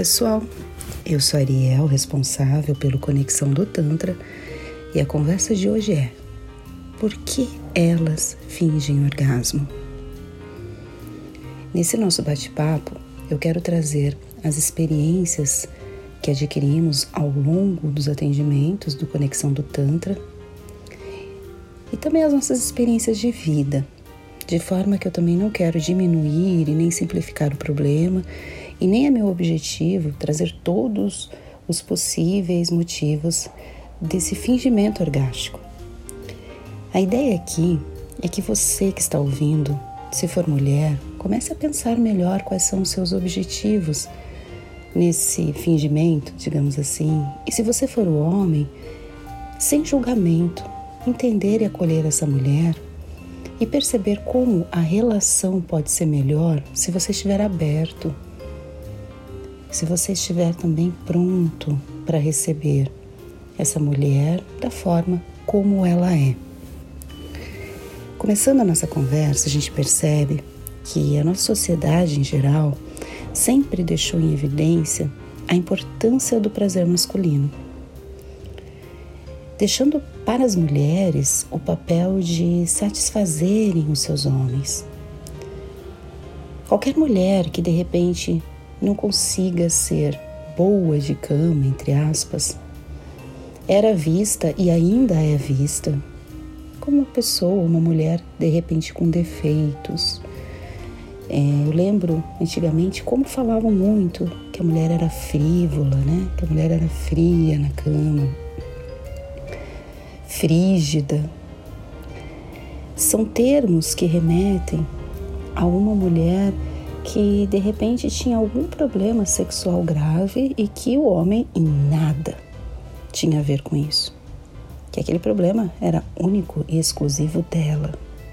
pessoal, eu sou a Ariel, responsável pelo Conexão do Tantra, e a conversa de hoje é: por que elas fingem orgasmo? Nesse nosso bate-papo, eu quero trazer as experiências que adquirimos ao longo dos atendimentos do Conexão do Tantra e também as nossas experiências de vida, de forma que eu também não quero diminuir e nem simplificar o problema, e nem é meu objetivo trazer todos os possíveis motivos desse fingimento orgástico. A ideia aqui é que você que está ouvindo, se for mulher, comece a pensar melhor quais são os seus objetivos nesse fingimento, digamos assim. E se você for o homem, sem julgamento, entender e acolher essa mulher e perceber como a relação pode ser melhor se você estiver aberto, se você estiver também pronto para receber essa mulher da forma como ela é. Começando a nossa conversa, a gente percebe que a nossa sociedade em geral sempre deixou em evidência a importância do prazer masculino, deixando para as mulheres o papel de satisfazerem os seus homens. Qualquer mulher que de repente não consiga ser boa de cama, entre aspas, era vista e ainda é vista como uma pessoa, uma mulher de repente com defeitos. Eu lembro antigamente como falavam muito que a mulher era frívola, né? Que a mulher era fria na cama, frígida. São termos que remetem a uma mulher que de repente tinha algum problema sexual grave e que o homem em nada tinha a ver com isso, que aquele problema era único e exclusivo dela.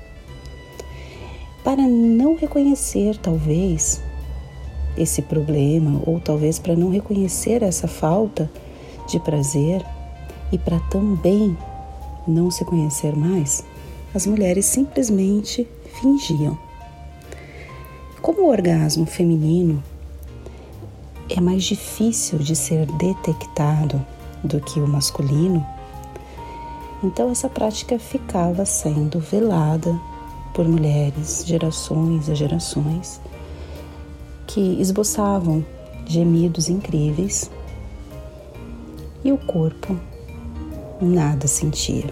Para não reconhecer talvez esse problema, ou talvez para não reconhecer essa falta de prazer e para também não se conhecer mais, as mulheres simplesmente fingiam. Como o orgasmo feminino é mais difícil de ser detectado do que o masculino, então essa prática ficava sendo velada por mulheres, gerações a gerações, que esboçavam gemidos incríveis e o corpo nada sentia.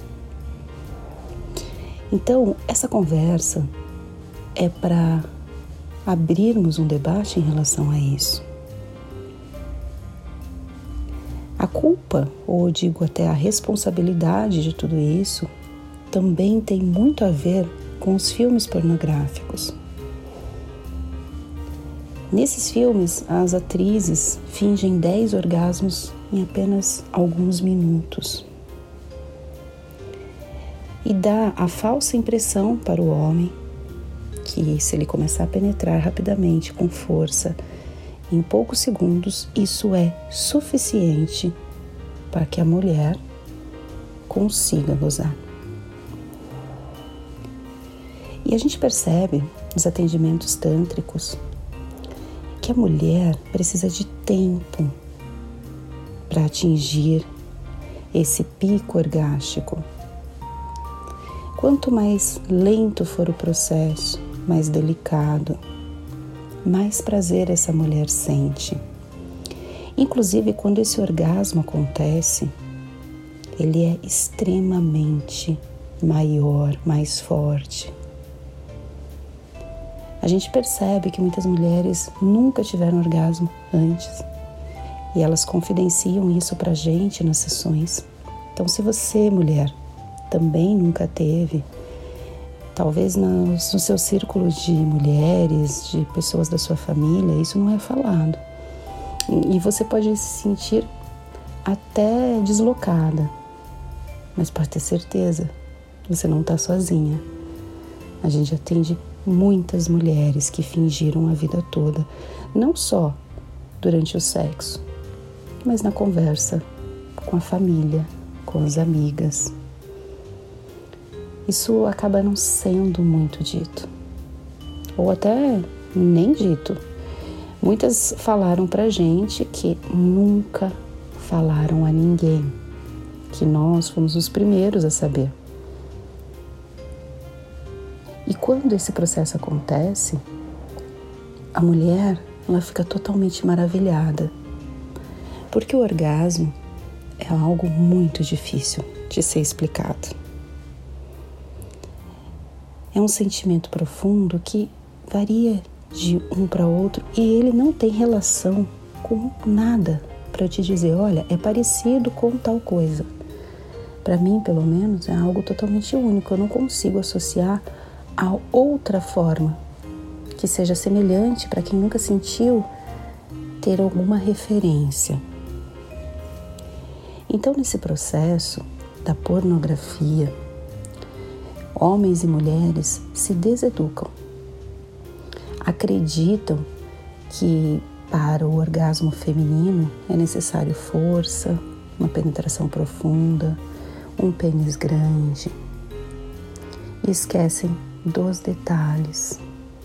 Então, essa conversa é para abrirmos um debate em relação a isso. A culpa, ou digo até a responsabilidade de tudo isso, também tem muito a ver com os filmes pornográficos. Nesses filmes, as atrizes fingem 10 orgasmos em apenas alguns minutos. E dá a falsa impressão para o homem que, se ele começar a penetrar rapidamente, com força, em poucos segundos, isso é suficiente para que a mulher consiga gozar. E a gente percebe nos atendimentos tântricos que a mulher precisa de tempo para atingir esse pico orgástico. Quanto mais lento for o processo, mais delicado, mais prazer essa mulher sente. Inclusive, quando esse orgasmo acontece, ele é extremamente maior, mais forte. A gente percebe que muitas mulheres nunca tiveram orgasmo antes e elas confidenciam isso pra gente nas sessões. Então, se você, mulher, também nunca teve, talvez no seu círculo de mulheres, de pessoas da sua família, isso não é falado. E você pode se sentir até deslocada, mas pode ter certeza, você não está sozinha. A gente atende muitas mulheres que fingiram a vida toda, não só durante o sexo, mas na conversa com a família, com as amigas. Isso acaba não sendo muito dito, ou até nem dito, Muitas falaram pra gente que nunca falaram a ninguém, que nós fomos os primeiros a saber. E quando esse processo acontece, a mulher, ela fica totalmente maravilhada, porque o orgasmo é algo muito difícil de ser explicado. É um sentimento profundo que varia de um para outro e ele não tem relação com nada para te dizer, olha, é parecido com tal coisa. Para mim, pelo menos, é algo totalmente único. Eu não consigo associar a outra forma que seja semelhante para quem nunca sentiu ter alguma referência. Então, nesse processo da pornografia, homens e mulheres se deseducam. Acreditam que para o orgasmo feminino é necessário força, uma penetração profunda, um pênis grande. E esquecem dos detalhes.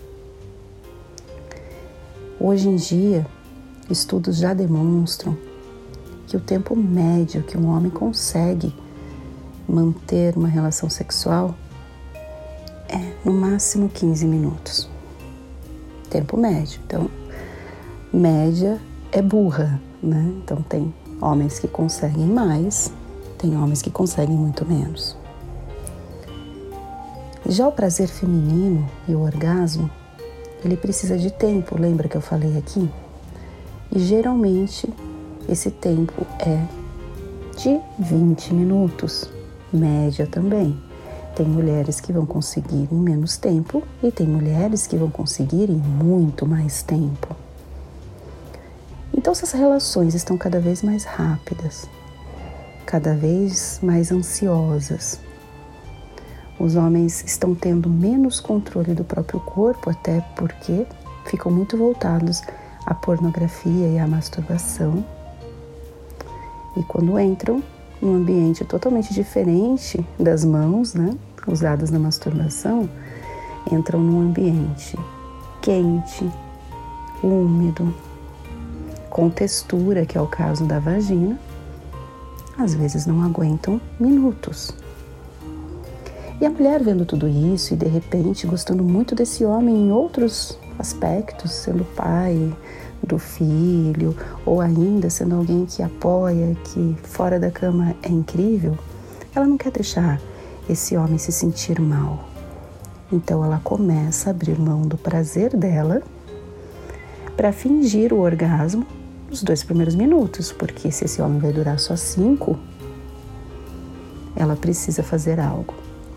Hoje em dia, estudos já demonstram que o tempo médio que um homem consegue manter uma relação sexual é no máximo 15 minutos. Tempo médio. Então, média é burra, né? Então, tem homens que conseguem mais, tem homens que conseguem muito menos. Já o prazer feminino e o orgasmo, ele precisa de tempo, lembra que eu falei aqui? E geralmente esse tempo é de 20 minutos, média também. Tem mulheres que vão conseguir em menos tempo e tem mulheres que vão conseguir em muito mais tempo. Então, essas relações estão cada vez mais rápidas, cada vez mais ansiosas. Os homens estão tendo menos controle do próprio corpo, até porque ficam muito voltados à pornografia e à masturbação. E quando entram num ambiente totalmente diferente das mãos, né, usadas na masturbação, entram num ambiente quente, úmido, com textura, que é o caso da vagina, às vezes não aguentam minutos. E a mulher vendo tudo isso e de repente gostando muito desse homem em outros aspectos, sendo pai do filho, ou ainda sendo alguém que apoia, que fora da cama é incrível, ela não quer deixar esse homem se sentir mal. Então ela começa a abrir mão do prazer dela para fingir o orgasmo nos 2 primeiros minutos, porque se esse homem vai durar só 5, ela precisa fazer algo.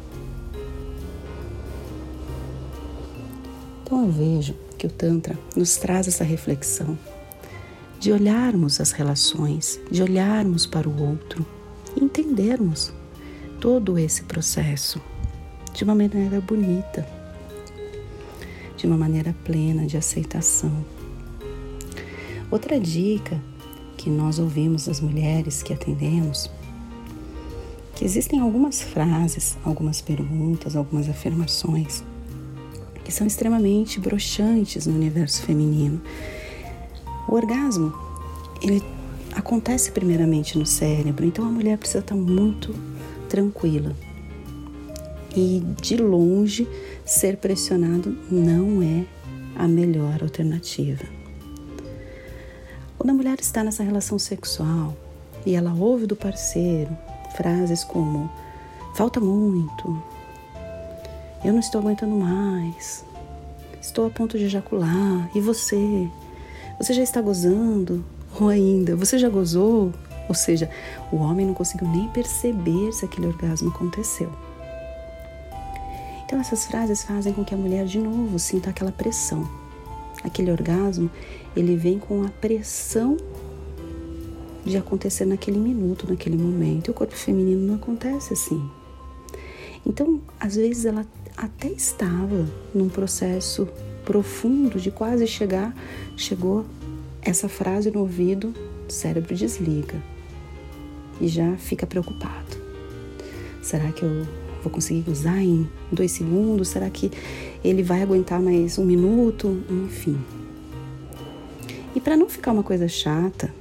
Então eu vejo que o Tantra nos traz essa reflexão de olharmos as relações, de olharmos para o outro e entendermos todo esse processo de uma maneira bonita, de uma maneira plena de aceitação. Outra dica que nós ouvimos das mulheres que atendemos, que existem algumas frases, algumas perguntas, algumas afirmações que são extremamente broxantes no universo feminino. O orgasmo, ele acontece primeiramente no cérebro, então a mulher precisa estar muito tranquila. E de longe, ser pressionado não é a melhor alternativa. Quando a mulher está nessa relação sexual e ela ouve do parceiro frases como falta muito, eu não estou aguentando mais, estou a ponto de ejacular, e você? Você já está gozando? Ou ainda, você já gozou? Ou seja, o homem não conseguiu nem perceber se aquele orgasmo aconteceu. Então essas frases fazem com que a mulher de novo sinta aquela pressão. Aquele orgasmo, ele vem com a pressão de acontecer naquele minuto, naquele momento. E o corpo feminino não acontece assim. Então, às vezes ela até estava num processo profundo de quase chegou essa frase no ouvido, o cérebro desliga e já fica preocupado. Será que eu vou conseguir usar em 2 segundos? Será que ele vai aguentar mais 1 minuto? Enfim. E para não ficar uma coisa chata,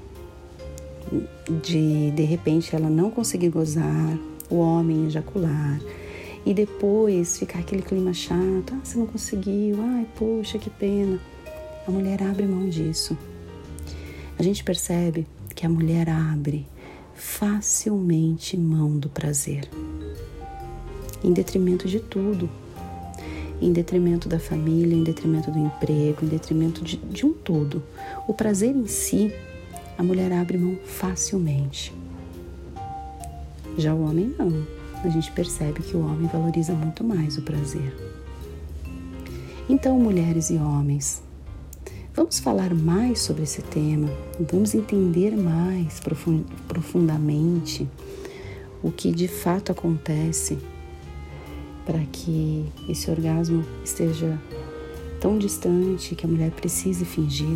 de repente ela não conseguir gozar, o homem ejacular, e depois ficar aquele clima chato, você não conseguiu, ai, poxa, que pena. A mulher abre mão disso. A gente percebe que a mulher abre facilmente mão do prazer, em detrimento de tudo, em detrimento da família, em detrimento do emprego, em detrimento de um todo. O prazer em si, a mulher abre mão facilmente. Já o homem não. A gente percebe que o homem valoriza muito mais o prazer. Então, mulheres e homens, vamos falar mais sobre esse tema, vamos entender mais profundamente o que de fato acontece para que esse orgasmo esteja tão distante que a mulher precise fingir.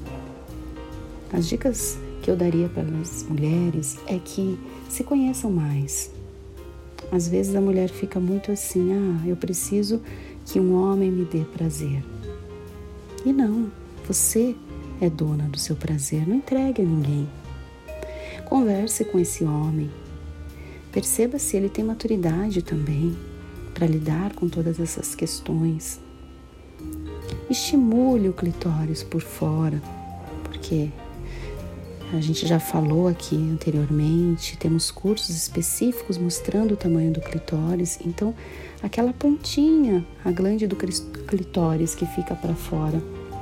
As dicas que eu daria para as mulheres é que se conheçam mais. Às vezes a mulher fica muito assim, eu preciso que um homem me dê prazer. E não, você é dona do seu prazer, não entregue a ninguém. Converse com esse homem, perceba se ele tem maturidade também para lidar com todas essas questões. Estimule o clitóris por fora, porque a gente já falou aqui anteriormente, temos cursos específicos mostrando o tamanho do clitóris, então aquela pontinha, a glande do clitóris que fica para fora,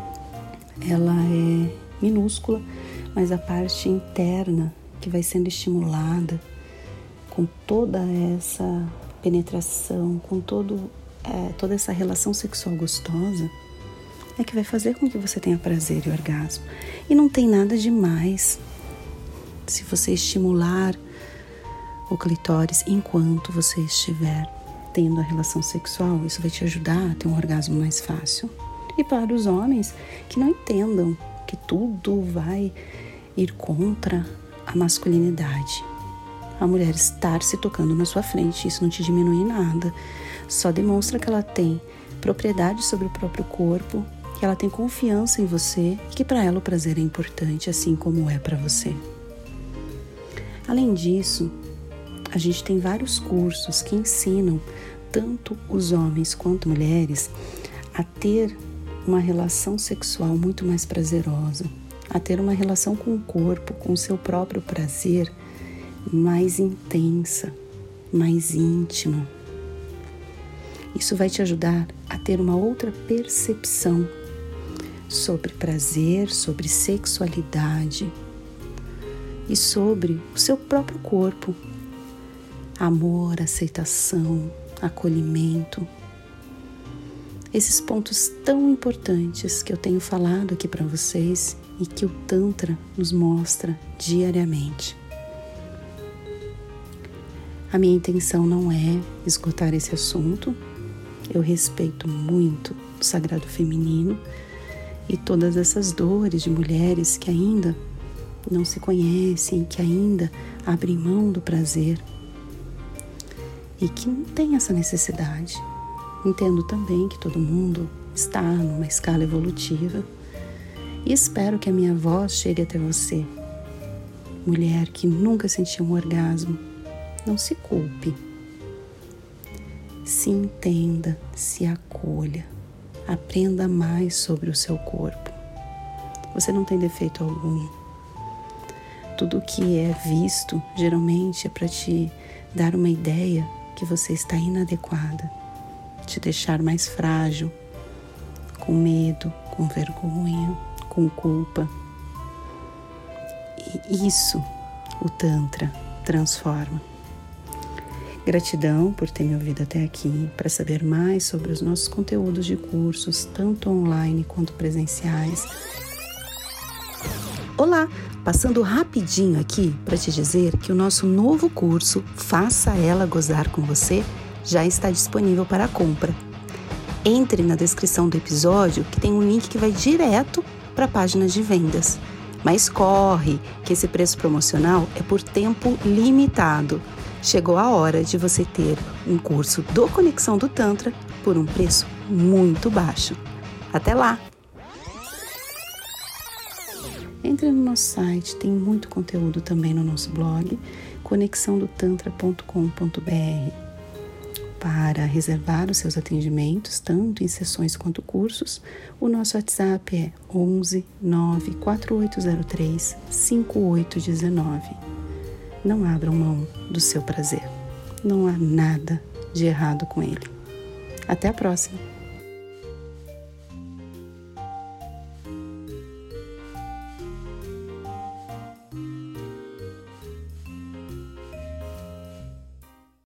ela é minúscula, mas a parte interna que vai sendo estimulada com toda essa penetração, com toda essa relação sexual gostosa, é que vai fazer com que você tenha prazer e orgasmo. E não tem nada demais se você estimular o clitóris enquanto você estiver tendo a relação sexual. Isso vai te ajudar a ter um orgasmo mais fácil. E para os homens que não entendam que tudo vai ir contra a masculinidade. A mulher estar se tocando na sua frente, isso não te diminui em nada. Só demonstra que ela tem propriedade sobre o próprio corpo, que ela tem confiança em você e que para ela o prazer é importante, assim como é para você. Além disso, a gente tem vários cursos que ensinam tanto os homens quanto mulheres a ter uma relação sexual muito mais prazerosa, a ter uma relação com o corpo, com o seu próprio prazer mais intensa, mais íntima. Isso vai te ajudar a ter uma outra percepção sobre prazer, sobre sexualidade e sobre o seu próprio corpo. Amor, aceitação, acolhimento. Esses pontos tão importantes que eu tenho falado aqui para vocês e que o Tantra nos mostra diariamente. A minha intenção não é esgotar esse assunto. Eu respeito muito o sagrado feminino e todas essas dores de mulheres que ainda não se conhecem, que ainda abrem mão do prazer e que não tem essa necessidade. Entendo também que todo mundo está numa escala evolutiva e espero que a minha voz chegue até você, mulher que nunca sentiu um orgasmo. Não se culpe, se entenda, se acolha, aprenda mais sobre o seu corpo. Você não tem defeito algum. Tudo que é visto geralmente é para te dar uma ideia que você está inadequada, te deixar mais frágil, com medo, com vergonha, com culpa. E isso o Tantra transforma. Gratidão por ter me ouvido até aqui. Para saber mais sobre os nossos conteúdos de cursos, tanto online quanto presenciais. Olá! Passando rapidinho aqui para te dizer que o nosso novo curso Faça Ela Gozar com Você já está disponível para compra. Entre na descrição do episódio que tem um link que vai direto para a página de vendas. Mas corre, que esse preço promocional é por tempo limitado. Chegou a hora de você ter um curso do Conexão do Tantra por um preço muito baixo. Até lá! entre no nosso site, tem muito conteúdo também no nosso blog, conexãodotantra.com.br. Para reservar os seus atendimentos, tanto em sessões quanto cursos, o nosso WhatsApp é 11 94803 5819. Não abram mão do seu prazer. Não há nada de errado com ele. Até a próxima!